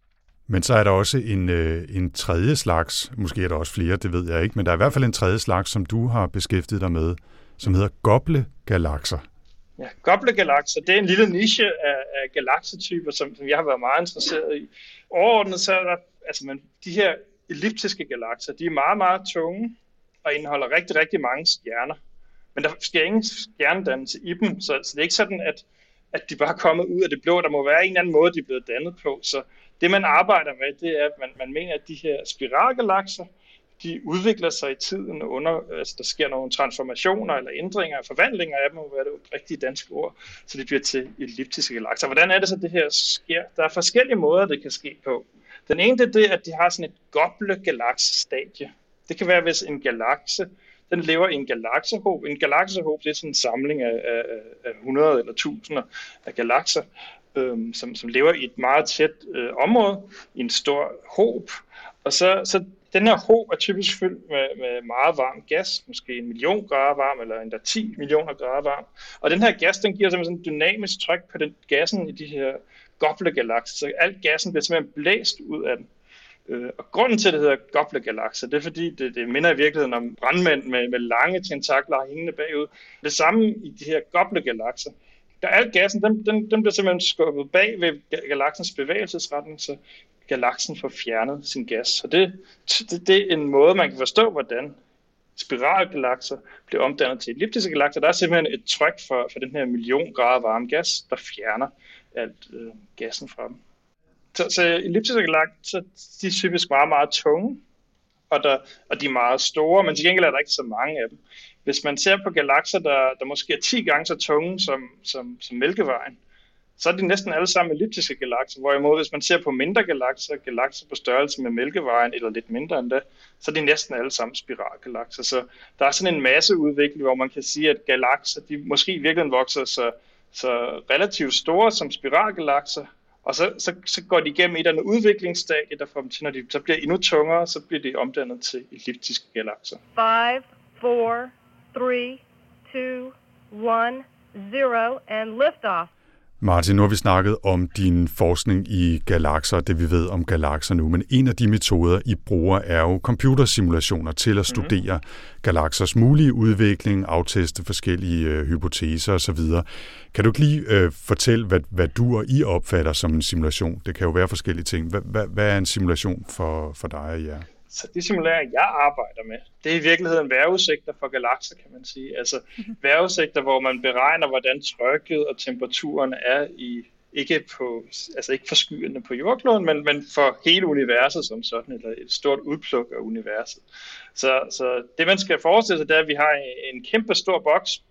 Men så er der også en, øh, en tredje slags, måske er der også flere, det ved jeg ikke, men der er i hvert fald en tredje slags, som du har beskæftiget dig med, som hedder goblegalakser. Ja, goblegalakser, det er en lille niche af, af galaksetyper, som, som jeg har været meget interesseret i. Overordnet så er der, altså man, de her elliptiske galakser, de er meget, meget tunge og indeholder rigtig, rigtig mange stjerner. Men der sker ingen stjernedannelse i dem, så, så det er ikke sådan, at, at de bare er kommet ud af det blå. Der må være en eller anden måde, de er blevet dannet på. Så det, man arbejder med, det er, at man, man mener, at de her spiralgalakser, de udvikler sig i tiden under, altså der sker nogle transformationer eller ændringer, forvandlinger af dem, må være det rigtige danske ord, så de bliver til elliptiske galakser. Hvordan er det så, det her sker? Der er forskellige måder, det kan ske på. Den ene, det er det, at de har sådan et goblegalaks-stadie. Det kan være, hvis en galakse, den lever i en galaksehob. En galaksehob, det er sådan en samling af, af, af hundrede eller tusinder af galakser, øhm, som, som lever i et meget tæt øh, område, i en stor hob. Og så, så den her hob er typisk fyldt med, med meget varm gas, måske en million grader varm, eller endda ti millioner grader varm. Og den her gas, den giver simpelthen sådan en dynamisk tryk på den gassen i de her goblegalakser, så al gassen bliver simpelthen blæst ud af den. Og grunden til, at det hedder goblegalakser, det er fordi, det, det minder i virkeligheden om brandmænd med, med lange tentakler hængende bagud. Det samme i de her goblegalakser. Der al gassen, den, den, den bliver simpelthen skubbet bag ved galaksens bevægelsesretning, så galaksen får fjernet sin gas. Så det, det, det er en måde, man kan forstå, hvordan spiralgalakser bliver omdannet til elliptiske galakser. Der er simpelthen et tryk for, for den her million grader varme gas, der fjerner alt øh, gassen fra dem. Så, så elliptiske galakser, de er typisk meget, meget tunge, og, der, og de er meget store, men til gengæld er der ikke så mange af dem. Hvis man ser på galakser, der, der måske er ti gange så tunge som, som, som Mælkevejen, så er de næsten alle sammen elliptiske galakser, hvorimod hvis man ser på mindre galakser, galakser på størrelse med Mælkevejen, eller lidt mindre end det, så er de næsten alle sammen spiralgalakser. Så der er sådan en masseudvikling, hvor man kan sige, at galakser, de måske i virkeligheden vokser så, så relativt store som spiralgalakser, og så, så, så går de igennem et eller andet udviklingsstadie, der får dem til, når de så bliver endnu tungere, så bliver de omdannet til elliptiske galakser. five, four, three, two, one, zero, and liftoff. Martin, nu har vi snakket om din forskning i galakser, det vi ved om galakser nu, men en af de metoder, I bruger, er jo computersimulationer til at studere mm-hmm. galaksers mulige udvikling, afteste forskellige øh, hypoteser osv. Kan du ikke lige øh, fortælle, hvad, hvad du og I opfatter som en simulation? Det kan jo være forskellige ting. Hvad, hvad, hvad er en simulation for, for dig og jer? Så de simuleringer, jeg arbejder med, det er i virkeligheden vejrudsigter for galakser, kan man sige. Altså mm-hmm. vejrudsigter, hvor man beregner, hvordan trykket og temperaturen er i, ikke på, altså ikke for skyerne på jordkloden, men, men for hele universet som sådan, eller et stort udpluk af universet. Så, så det, man skal forestille sig, det er, at vi har en kæmpe stor boks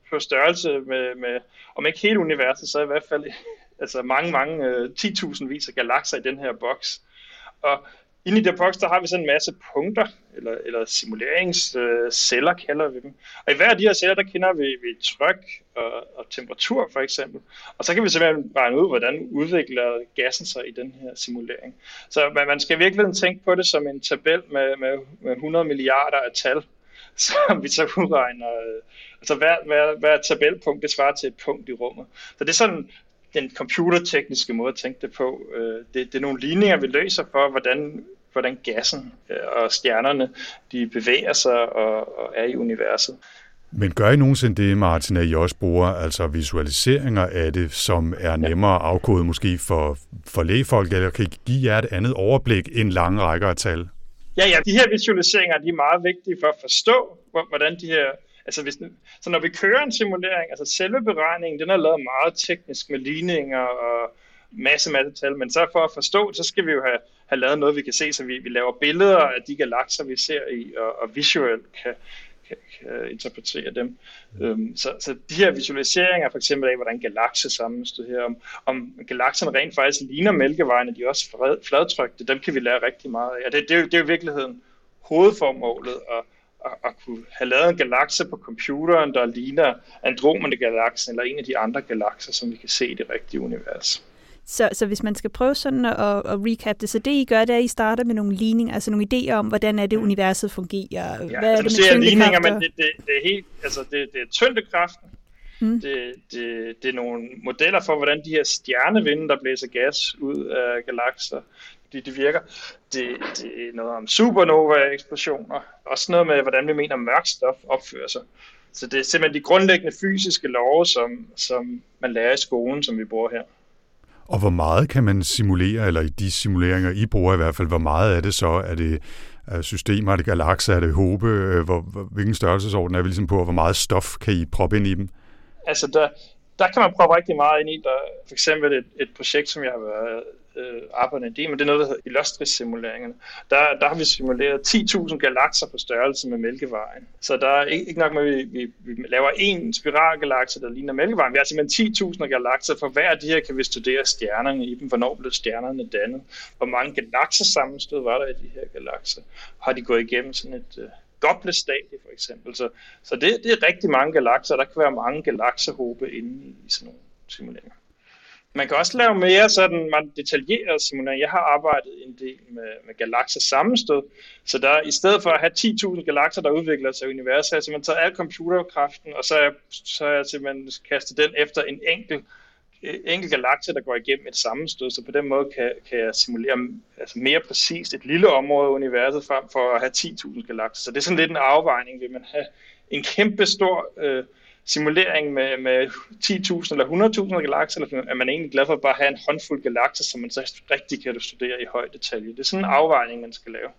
på størrelse med, med, om ikke hele universet, så i hvert fald altså mange, mange uh, ti tusind vis af galakser i den her boks. Og inde i den boks, der har vi sådan en masse punkter, eller, eller simuleringsceller uh, kalder vi dem. Og i hver af de her celler, der kender vi, vi tryk og, og temperatur for eksempel. Og så kan vi simpelthen regne ud, hvordan udvikler gassen sig i den her simulering. Så man, man skal virkelig tænke på det som en tabel med, med, med hundrede milliarder af tal, som vi så udregner. Altså hver, hver, hver tabelpunkt, det svarer til et punkt i rummet. Så det er sådan den computertekniske måde at tænke det på. Det, det er nogle ligninger, vi løser for, hvordan, hvordan gassen og stjernerne de bevæger sig og, og er i universet. Men gør I nogensinde det, Martin, at I også bruger altså visualiseringer af det, som er nemmere at afkode måske for, for lægefolk, eller kan I give jer et andet overblik end lange rækker af tal? Ja, ja, de her visualiseringer, de er meget vigtige for at forstå, hvordan de her... Altså hvis, så når vi kører en simulering, altså selve beregningen, den er lavet meget teknisk med ligninger og masse, masse tal, men så for at forstå, så skal vi jo have, have lavet noget, vi kan se, så vi, vi laver billeder af de galakser, vi ser i, og, og visuelt kan, kan, kan interpretere dem. Um, så, så de her visualiseringer, for eksempel af, hvordan galakser sammenstød her, om, om galakserne rent faktisk ligner Mælkevejen, og de er også fladtrykte, dem kan vi lære rigtig meget af. Og det, det, er jo, det er jo i virkeligheden hovedformålet, og at kunne have lavet en galakse på computeren, der ligner Andromeda-galaksen eller en af de andre galakser, som vi kan se i det rigtige univers. Så, så hvis man skal prøve sådan at, at recap det, så det I gør, det er, at I starter med nogle ligninger, altså nogle idéer om, hvordan er det universet fungerer. Ja, hvad altså, er det med tyngdekrafter? Ligninger, men det, det, det er helt, altså det, det er tyngdekraften. Mm. Det, det, det er nogle modeller for, hvordan de her stjernevinde, der blæser gas ud af galakser, de, de virker. Det, det er noget om supernova-eksplosioner. Også noget med, hvordan vi mener mørkt stof opfører sig. Så det er simpelthen de grundlæggende fysiske love, som, som man lærer i skolen, som vi bruger her. Og hvor meget kan man simulere, eller i de simuleringer, I bruger i hvert fald, hvor meget er det så? Er det systemer, er det galakser, er det håbe? Hvor, hvilken størrelsesorden er vi ligesom på, og hvor meget stof kan I proppe ind i dem? Altså, der, der kan man proppe rigtig meget ind i. Der for eksempel et, et projekt, som jeg har været øh, arbejdet i, men det er noget, der hedder Illustris-simuleringerne. Der, der har vi simuleret ti tusind galakser på størrelse med Mælkevejen. Så der er ikke, ikke nok med, at vi, vi, vi laver en spiralgalakse, der ligner Mælkevejen. Vi har simpelthen ti tusind galakser. For hver af de her kan vi studere stjernerne i dem. Hvornår blev stjernerne dannet? Hvor mange galaksesammenstød var der i de her galakser? Har de gået igennem sådan et... Øh, Goblet-stadie for eksempel. Så, så det, det er rigtig mange galakser. Der kan være mange galaksehobe inde i, i sådan nogle simuleringer. Man kan også lave mere sådan man detaljeret simulering. Jeg har arbejdet en del med, med galakser sammenstød. Så der i stedet for at have ti tusind galakser, der udvikler sig i universet, har jeg simpelthen taget al computerkraften, og så har jeg, så har jeg simpelthen kastet den efter en enkelt enkelt galakse, der går igennem et sammenstød, så på den måde kan, kan jeg simulere altså mere præcist et lille område af universet frem for at have ti tusind galakser. Så det er sådan lidt en afvejning. Vil man have en kæmpe stor øh, simulering med, med ti tusind eller hundrede tusind galakser, eller er man egentlig glad for at bare have en håndfuld galakser, som man så rigtig kan studere i høj detalje. Det er sådan en afvejning, man skal lave.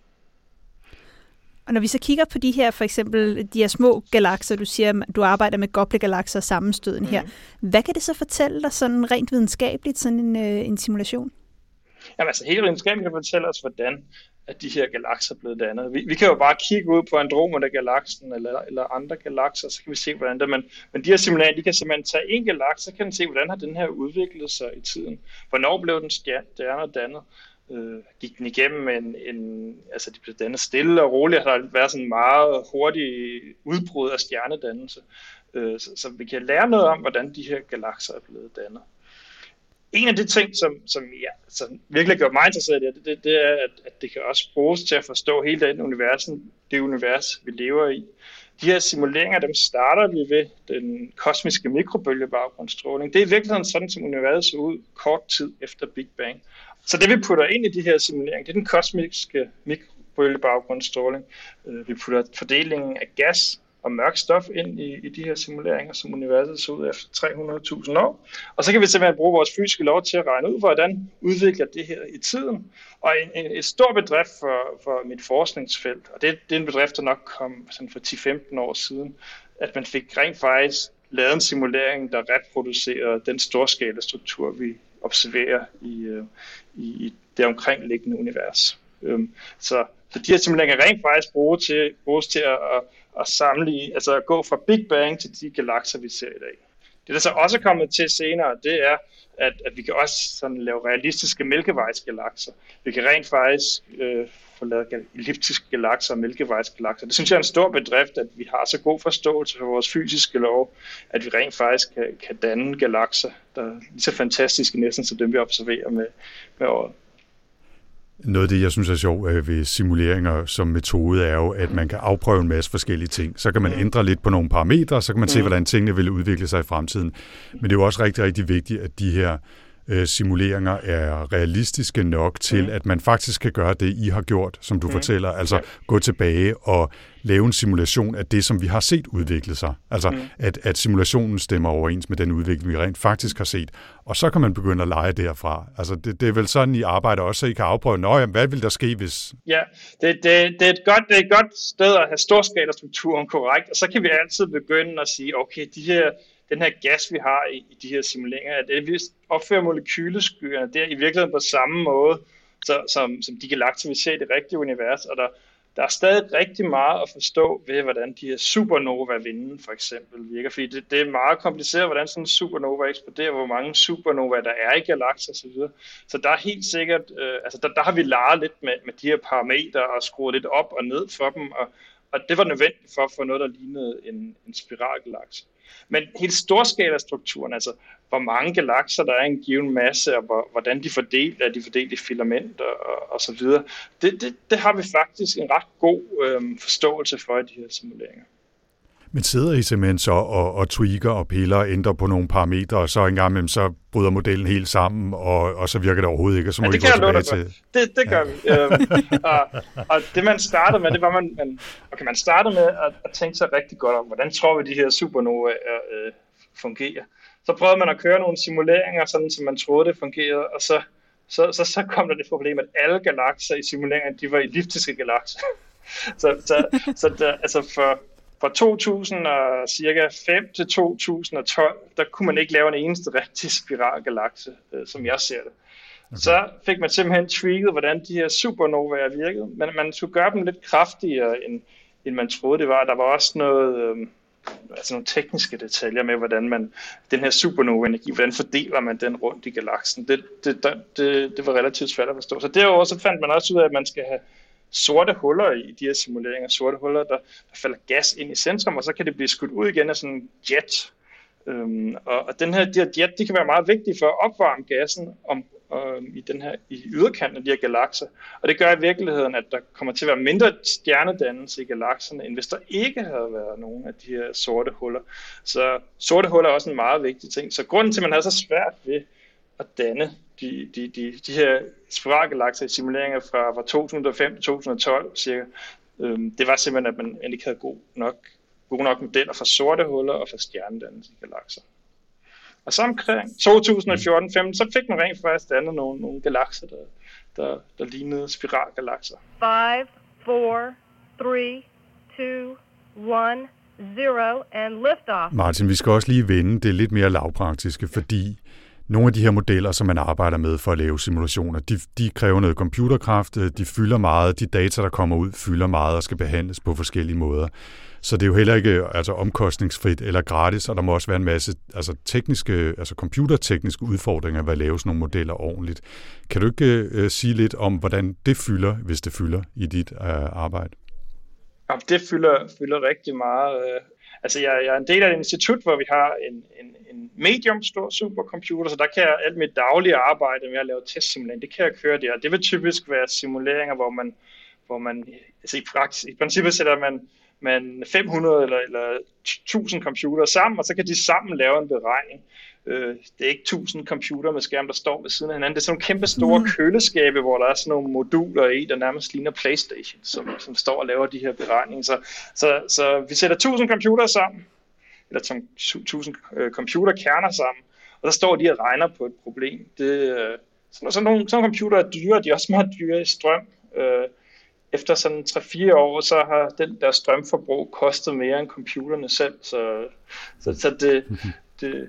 Og når vi så kigger på de her, for eksempel de her små galakser, du siger, du arbejder med Goblet-galakser og sammenstøden mm. her. Hvad kan det så fortælle dig sådan rent videnskabeligt, sådan en, øh, en simulation? Jamen altså, helt videnskabeligt kan fortælle os, hvordan at de her galakser er blevet dannet. Vi, vi kan jo bare kigge ud på Andromeda-galaksen eller, eller andre galakser, så kan vi se, hvordan det men, men de her simuleringer, de kan simpelthen tage en galaks, så kan man se, hvordan har den her udviklet sig i tiden. Hvornår blev den stjerne dannet? Øh, gik den igennem en, en, altså de blev dannet stille og roligt, har der været sådan en meget hurtig udbrud af stjernedannelse, øh, så, så vi kan lære noget om, hvordan de her galakser er blevet dannet. En af de ting, som, som, ja, som virkelig gør mig interesseret i det, det, det er, at, at det kan også bruges til at forstå hele den universen, det univers, vi lever i. De her simuleringer, dem starter vi ved den kosmiske mikrobølgebaggrundsstråling. Det er i virkeligheden sådan, som universet så ud kort tid efter Big Bang. Så det vi putter ind i de her simuleringer, det er den kosmiske mikrobølgebaggrundsstråling. Vi putter fordelingen af gas og mørk stof ind i, i de her simuleringer, som universet så ud efter tre hundrede tusind år. Og så kan vi simpelthen bruge vores fysiske lov til at regne ud, hvordan udvikler det her i tiden. Og en, en, et stor bedrift for, for mit forskningsfelt, og det, det er en bedrift, der nok kom sådan for ti til femten år siden, at man fik rent faktisk lavet en simulering, der reproducerer den storskala struktur, vi observerer i, i, i det omkringliggende univers. Um, så, så de her simuleringer rent faktisk bruges til, bruges til at, at, at sammenligne, altså at gå fra Big Bang til de galakser, vi ser i dag. Det, der så også er kommet til senere, det er, at, at vi kan også sådan lave realistiske mælkevejsgalakser. Vi kan rent faktisk øh, få lavet elliptiske galakser og mælkevejsgalakser. Det synes jeg er en stor bedrift, at vi har så god forståelse for vores fysiske lov, at vi rent faktisk kan, kan danne galakser, der er lige så fantastiske næsten som dem, vi observerer med, med året. Noget af det, jeg synes er sjovt ved simuleringer som metode, er jo, at man kan afprøve en masse forskellige ting. Så kan man ændre lidt på nogle parametre, så kan man se, hvordan tingene vil udvikle sig i fremtiden. Men det er jo også rigtig, rigtig vigtigt, at de her øh, simuleringer er realistiske nok til, at man faktisk kan gøre det, I har gjort, som du mm. fortæller. Altså gå tilbage og lave en simulation af det, som vi har set udvikle sig. Altså mm. at, at simulationen stemmer overens med den udvikling, vi rent faktisk har set. Og så kan man begynde at lege derfra. Altså det, det er vel sådan, I arbejder også, så I kan afprøve, Nå, jamen, hvad vil der ske, hvis... Ja, det, det, det, er et godt, det er et godt sted at have storskalastrukturen korrekt, og så kan vi altid begynde at sige, okay, de her, den her gas, vi har i, i de her simuleringer, at det, vi opfører molekyleskyerne, det er i virkeligheden på samme måde, så, som, som de galakser, vi ser i det rigtige univers, og der Der er stadig rigtig meget at forstå ved, hvordan de her supernova-vinden for eksempel virker, fordi det, det er meget kompliceret, hvordan sådan en supernova eksploderer, hvor mange supernovaer der er i galakser osv. Så, så der er helt sikkert, øh, altså der, der har vi leget lidt med, med de her parametre og skruet lidt op og ned for dem, og, og det var nødvendigt for at få noget, der lignede en, en spiralgalakse. Men helt storskalastrukturen, altså hvor mange galakser der er i en given masse, og hvor, hvordan de fordeler, er de fordelt i filamenter og, og så videre, det, det, det har vi faktisk en ret god øhm, forståelse for i de her simuleringer. Men sidder I simpelthen så og, og tweaker og piller og ændrer på nogle parametre, og så engang imellem så bryder modellen helt sammen, og, og så virker det overhovedet ikke, og så må ja, I gå tilbage til... Det, det gør ja. vi. Øhm, og, og det man startede med, det var, man, man, okay, man startede med at, at tænke sig rigtig godt om, hvordan tror vi, de her supernovaer øh, fungerer. Så prøvede man at køre nogle simuleringer, sådan som man troede, det fungerede, og så, så, så, så kom der det problem, at alle galakser i simuleringerne, de var elliptiske galakser. så så, så der, altså for... Fra to tusind og cirka fem til to tusind og tolv, der kunne man ikke lave en eneste rigtig spiralgalakse, øh, som jeg ser det. Okay. Så fik man simpelthen tweaked, hvordan de her supernovaer virkede, men man skulle gøre dem lidt kraftigere, end, end man troede det var. Der var også noget, øh, altså nogle tekniske detaljer med, hvordan man den her supernova-energi, hvordan fordeler man den rundt i galaksen. Det, det, det, det var relativt svært at forstå. Så derover så fandt man også ud af, at man skal have sorte huller i de her simuleringer, sorte huller, der, der falder gas ind i centrum, og så kan det blive skudt ud igen af sådan en jet. Øhm, og, og den her, de her jet, de kan være meget vigtige for at opvarme gassen om, um, i, den her, i yderkanten af de her galakser. Og det gør i virkeligheden, at der kommer til at være mindre stjernedannelse i galakserne, end hvis der ikke havde været nogen af de her sorte huller. Så sorte huller er også en meget vigtig ting. Så grunden til, at man har så svært ved at danne de, de, de, de her spiralgalakser i simuleringer fra, fra to tusind og fem til to tusind og tolv cirka, øhm, det var simpelthen, at man ikke havde god nok, gode nok modeller for sorte huller og for stjernedannelse i galakser. Og så omkring to tusind og fjorten til femten, så fik man rent faktisk dannet nogle, nogle galakser, der, der, der lignede spiralgalakser. five, four, three, two, one, zero, and liftoff. Martin, vi skal også lige vende det lidt mere lavpraktiske, fordi nogle af de her modeller, som man arbejder med for at lave simulationer, de, de kræver noget computerkraft, de fylder meget, de data, der kommer ud, fylder meget og skal behandles på forskellige måder. Så det er jo heller ikke altså, omkostningsfrit eller gratis, og der må også være en masse altså, tekniske, altså computertekniske udfordringer ved at lave sådan nogle modeller ordentligt. Kan du ikke uh, sige lidt om, hvordan det fylder, hvis det fylder i dit uh, arbejde? Ja, det fylder, fylder rigtig meget. Altså, jeg, jeg er en del af et institut, hvor vi har en, en, en medium stor supercomputer, så der kan jeg alt mit daglige arbejde med at lave testsimulering, det kan jeg køre der. Det vil typisk være simuleringer, hvor man, hvor man altså i, praksis, i princippet sætter man, man fem hundrede eller, eller tusind computer sammen, og så kan de sammen lave en beregning. Det er ikke tusind computer med skærm, der står ved siden af hinanden. Det er sådan nogle kæmpe store mm. køleskabe, hvor der er sådan nogle moduler i, der nærmest ligner PlayStation, som, som står og laver de her beregninger. Så, så, så vi sætter tusind computer sammen, eller tusind øh, computerkerner sammen, og der står de og regner på et problem. Det, øh, sådan, sådan, nogle, sådan nogle computer er dyre, de er også meget dyre i strøm. Øh, efter sådan tre fire år, så har den der strømforbrug kostet mere end computerne selv. Så, så, så det... det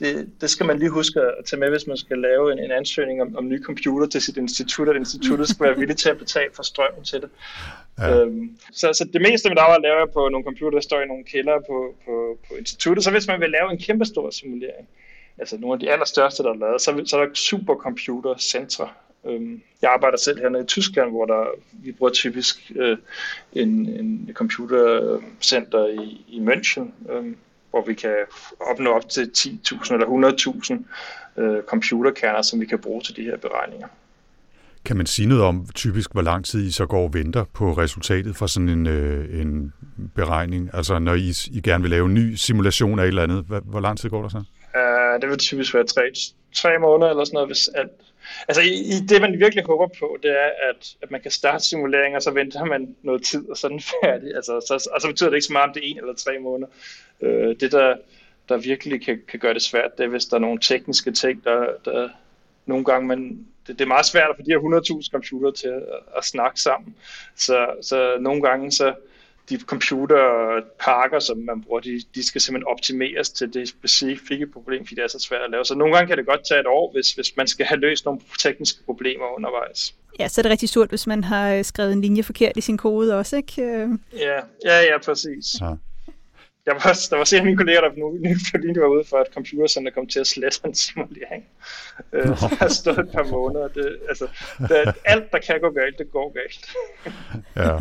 det, det skal man lige huske at tage med, hvis man skal lave en, en ansøgning om, om nye computer til sit institut, og instituttet skal være villig til at betale for strømmen til det. Ja. Øhm, så, så det meste, man der laver jeg på nogle computer, der står i nogle kælder på, på, på instituttet. Så hvis man vil lave en kæmpestor simulering, altså nogle af de allerstørste, der er lavet, så, så er der supercomputercentre. Øhm, jeg arbejder selv hernede i Tyskland, hvor der, vi bruger typisk øh, en, en computercenter i, i München, øh, hvor vi kan opnå op til ti tusind eller hundrede tusind øh, computerkerner, som vi kan bruge til de her beregninger. Kan man sige noget om typisk, hvor lang tid I så går og venter på resultatet fra sådan en, øh, en beregning? Altså når I, I gerne vil lave en ny simulation af et eller andet, hvor, hvor lang tid går der så? Uh, det vil typisk være tre, tre måneder eller sådan noget, hvis alt. Altså i, i det, man virkelig håber på, det er, at, at man kan starte simuleringen, og så venter man noget tid, og så er den færdig. Altså, så, og så betyder det ikke så meget, om det er en eller tre måneder. Uh, det, der, der virkelig kan, kan gøre det svært, det er, hvis der er nogle tekniske ting, der, der nogle gange man... Det, det er meget svært at få de her hundrede tusind computere til at, at snakke sammen. Så, så nogle gange, så de computerpakker, som man bruger, de, de skal simpelthen optimeres til det specifikke problem, fordi det er så svært at lave. Så nogle gange kan det godt tage et år, hvis, hvis man skal have løst nogle tekniske problemer undervejs. Ja, så er det rigtig stort, hvis man har skrevet en linje forkert i sin kode også, ikke? Ja, ja, ja, præcis. Ja. Jeg var, der var sikkert mine kolleger, der nu lige var ude for, at computercenter kom til at slette en simulering. Øh, der har stået et par måneder. Det, altså, det, alt, der kan gå galt, det går galt. Ja.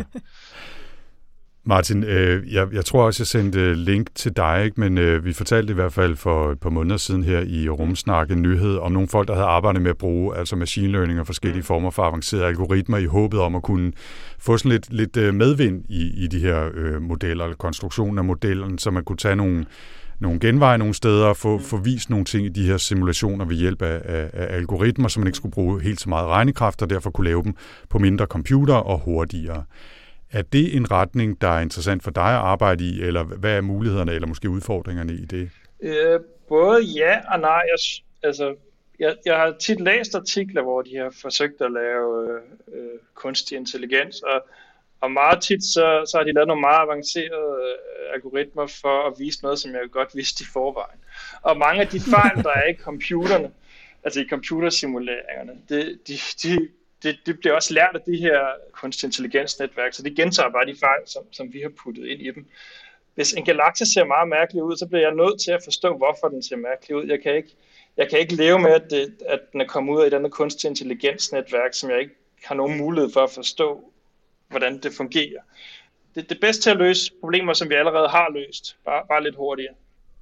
Martin, øh, jeg, jeg tror også, jeg sendte link til dig, ikke? Men øh, vi fortalte i hvert fald for et par måneder siden her i Rumsnak en nyhed om nogle folk, der havde arbejdet med at bruge altså machine learning og forskellige former for avancerede algoritmer i håbet om at kunne få sådan lidt, lidt medvind i, i de her øh, modeller, eller konstruktionen af modellen, så man kunne tage nogle, nogle genveje nogle steder og få, få vist nogle ting i de her simulationer ved hjælp af, af, af algoritmer, så man ikke skulle bruge helt så meget regnekraft, og derfor kunne lave dem på mindre computer og hurtigere. Er det en retning, der er interessant for dig at arbejde i, eller hvad er mulighederne eller måske udfordringerne i det? Øh, både ja og nej. Jeg, altså, jeg, jeg har tit læst artikler, hvor de har forsøgt at lave øh, kunstig intelligens, og, og meget tit så, så har de lavet nogle meget avancerede øh, algoritmer for at vise noget, som jeg godt vidste i forvejen. Og mange af de fejl, der er i computerne, altså i computersimuleringerne, det, de, de Det, det bliver også lært af de her kunstig intelligensnetværk, så de gentager bare de fejl, som, som vi har puttet ind i dem. Hvis en galakse ser meget mærkelig ud, så bliver jeg nødt til at forstå, hvorfor den ser mærkelig ud. Jeg kan ikke, jeg kan ikke leve med, at, det, at den er kommet ud af et andet kunstig intelligensnetværk, som jeg ikke har nogen mulighed for at forstå, hvordan det fungerer. Det, det er bedst til at løse problemer, som vi allerede har løst, bare, bare lidt hurtigere.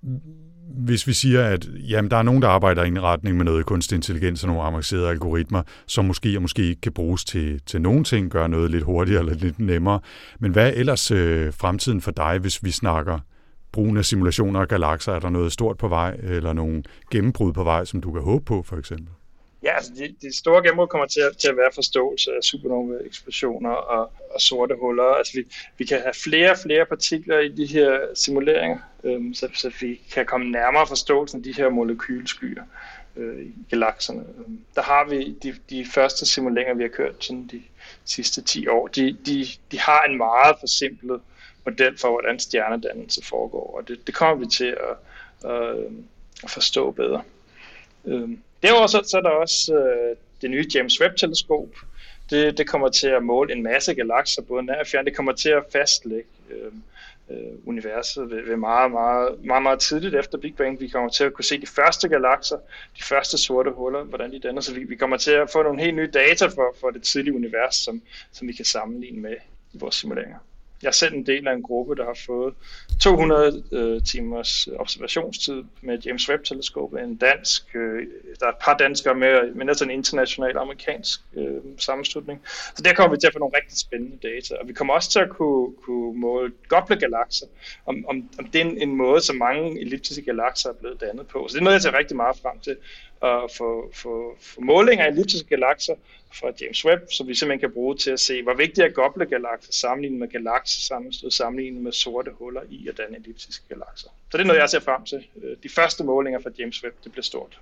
Hvis vi siger, at jamen, der er nogen, der arbejder i en retning med noget kunstig intelligens og nogle avancerede algoritmer, som måske og måske ikke kan bruges til, til nogen ting, gøre noget lidt hurtigere eller lidt nemmere. Men hvad er ellers øh, fremtiden for dig, hvis vi snakker brugen af simulationer og galakser? Er der noget stort på vej, eller nogle gennembrud på vej, som du kan håbe på, for eksempel? Ja, altså de, de store gennembrud kommer til at, til at være forståelse af supernova-eksplosioner og, og sorte huller. Altså vi, vi kan have flere og flere partikler i de her simuleringer, øhm, så, så vi kan komme nærmere forståelsen af de her molekylskyer øh, i galakserne. Øhm, der har vi de, de første simuleringer, vi har kørt sådan de sidste ti år. De, de, de har en meget forsimplet model for, hvordan stjernedannelse foregår, og det, det kommer vi til at, at, at forstå bedre. Øhm, Derudover så, så er der også øh, det nye James Webb-teleskop. Det, det kommer til at måle en masse galakser, både nær og fjern. Det kommer til at fastlægge øh, øh, universet ved, ved meget, meget, meget, meget tidligt efter Big Bang. Vi kommer til at kunne se de første galakser, de første sorte huller, hvordan de danner. Så vi, vi kommer til at få nogle helt nye data for, for det tidlige univers, som, som vi kan sammenligne med i vores simuleringer. Jeg er selv en del af en gruppe, der har fået to hundrede øh, timers observationstid med James Webb-teleskop. En dansk, øh, der er et par danskere med, men altså en international amerikansk øh, sammenslutning. Så der kommer vi til at få nogle rigtig spændende data. Og vi kommer også til at kunne, kunne måle Gopler-galakser, om, om, om det er en, en måde, som mange elliptiske galakser er blevet dannet på. Så det er noget, jeg ser rigtig meget frem til, at få, få, få målinger af elliptiske galakser fra James Webb, så vi simpelthen kan bruge til at se, hvor vigtigt er Gopler-galakser sammenlignet med galaksesammenstød, sammenlignet med sorte huller i og danne elliptiske galakser. Så det er noget, jeg ser frem til. De første målinger fra James Webb, det bliver stort.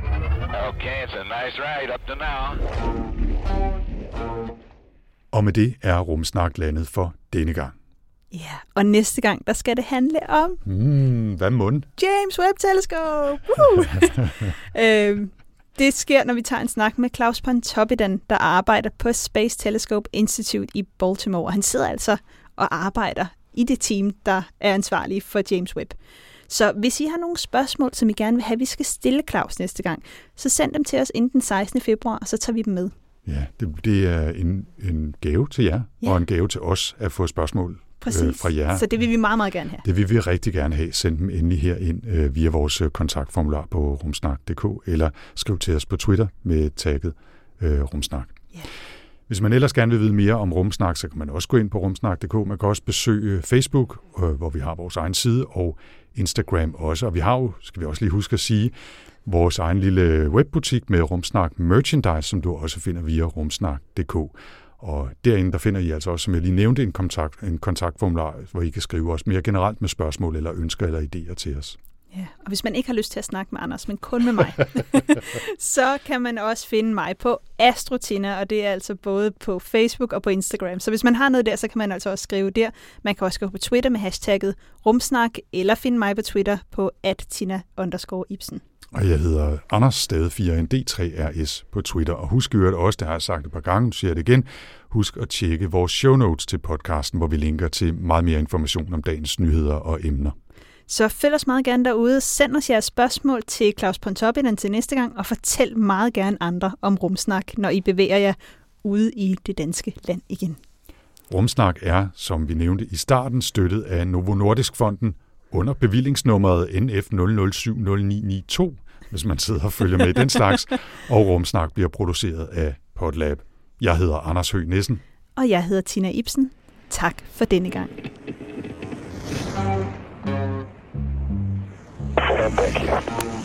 Okay, it's a nice ride up to now. Og med det er Rumsnak landet for denne gang. Ja, og næste gang, der skal det handle om... Mm, hvad mund? James Webb Telescope! øh, det sker, når vi tager en snak med Klaus Pontoppidan, der arbejder på Space Telescope Institute i Baltimore. Han sidder altså og arbejder i det team, der er ansvarlige for James Webb. Så hvis I har nogle spørgsmål, som I gerne vil have, vi skal stille Klaus næste gang, så send dem til os inden den sekstende februar, og så tager vi dem med. Ja, det, det er en, en gave til jer, ja. Og en gave til os at få spørgsmål øh, fra jer. Så det vil vi meget, meget gerne have. Det vil vi rigtig gerne have. Send dem endelig her ind øh, via vores kontaktformular på rumsnak punktum d k, eller skriv til os på Twitter med tagget øh, rumsnak. Yeah. Hvis man ellers gerne vil vide mere om Rumsnak, så kan man også gå ind på rumsnak punktum d k. Man kan også besøge Facebook, øh, hvor vi har vores egen side, og Instagram også. Og vi har jo, skal vi også lige huske at sige, vores egen lille webbutik med Rumsnak merchandise, som du også finder via rumsnak punktum d k. Og derinde, der finder I altså også, som jeg lige nævnte, en, kontakt, en kontaktformular, hvor I kan skrive os mere generelt med spørgsmål eller ønsker eller idéer til os. Ja, og hvis man ikke har lyst til at snakke med Anders, men kun med mig, så kan man også finde mig på Astrotina, og det er altså både på Facebook og på Instagram. Så hvis man har noget der, så kan man altså også skrive der. Man kan også gå på Twitter med hashtagget rumsnak, eller finde mig på Twitter på at tina underscore ibsen. Og jeg hedder Anders Stade fire N D tre R S på Twitter. Og husk øvrigt også, det har jeg sagt et par gange, siger jeg det igen, husk at tjekke vores show notes til podcasten, hvor vi linker til meget mere information om dagens nyheder og emner. Så følg os meget gerne derude. Send os jeres spørgsmål til Klaus Pontoppidan til næste gang, og fortæl meget gerne andre om Rumsnak, når I bevæger jer ude i det danske land igen. Rumsnak er, som vi nævnte i starten, støttet af Novo Nordisk Fonden under bevillingsnummeret N F nul nul syv nul ni ni to, hvis man sidder og følger med i den slags, og Rumsnak bliver produceret af Podlab. Jeg hedder Anders Høgh Nissen. Og jeg hedder Tina Ibsen. Tak for denne gang. Thank you.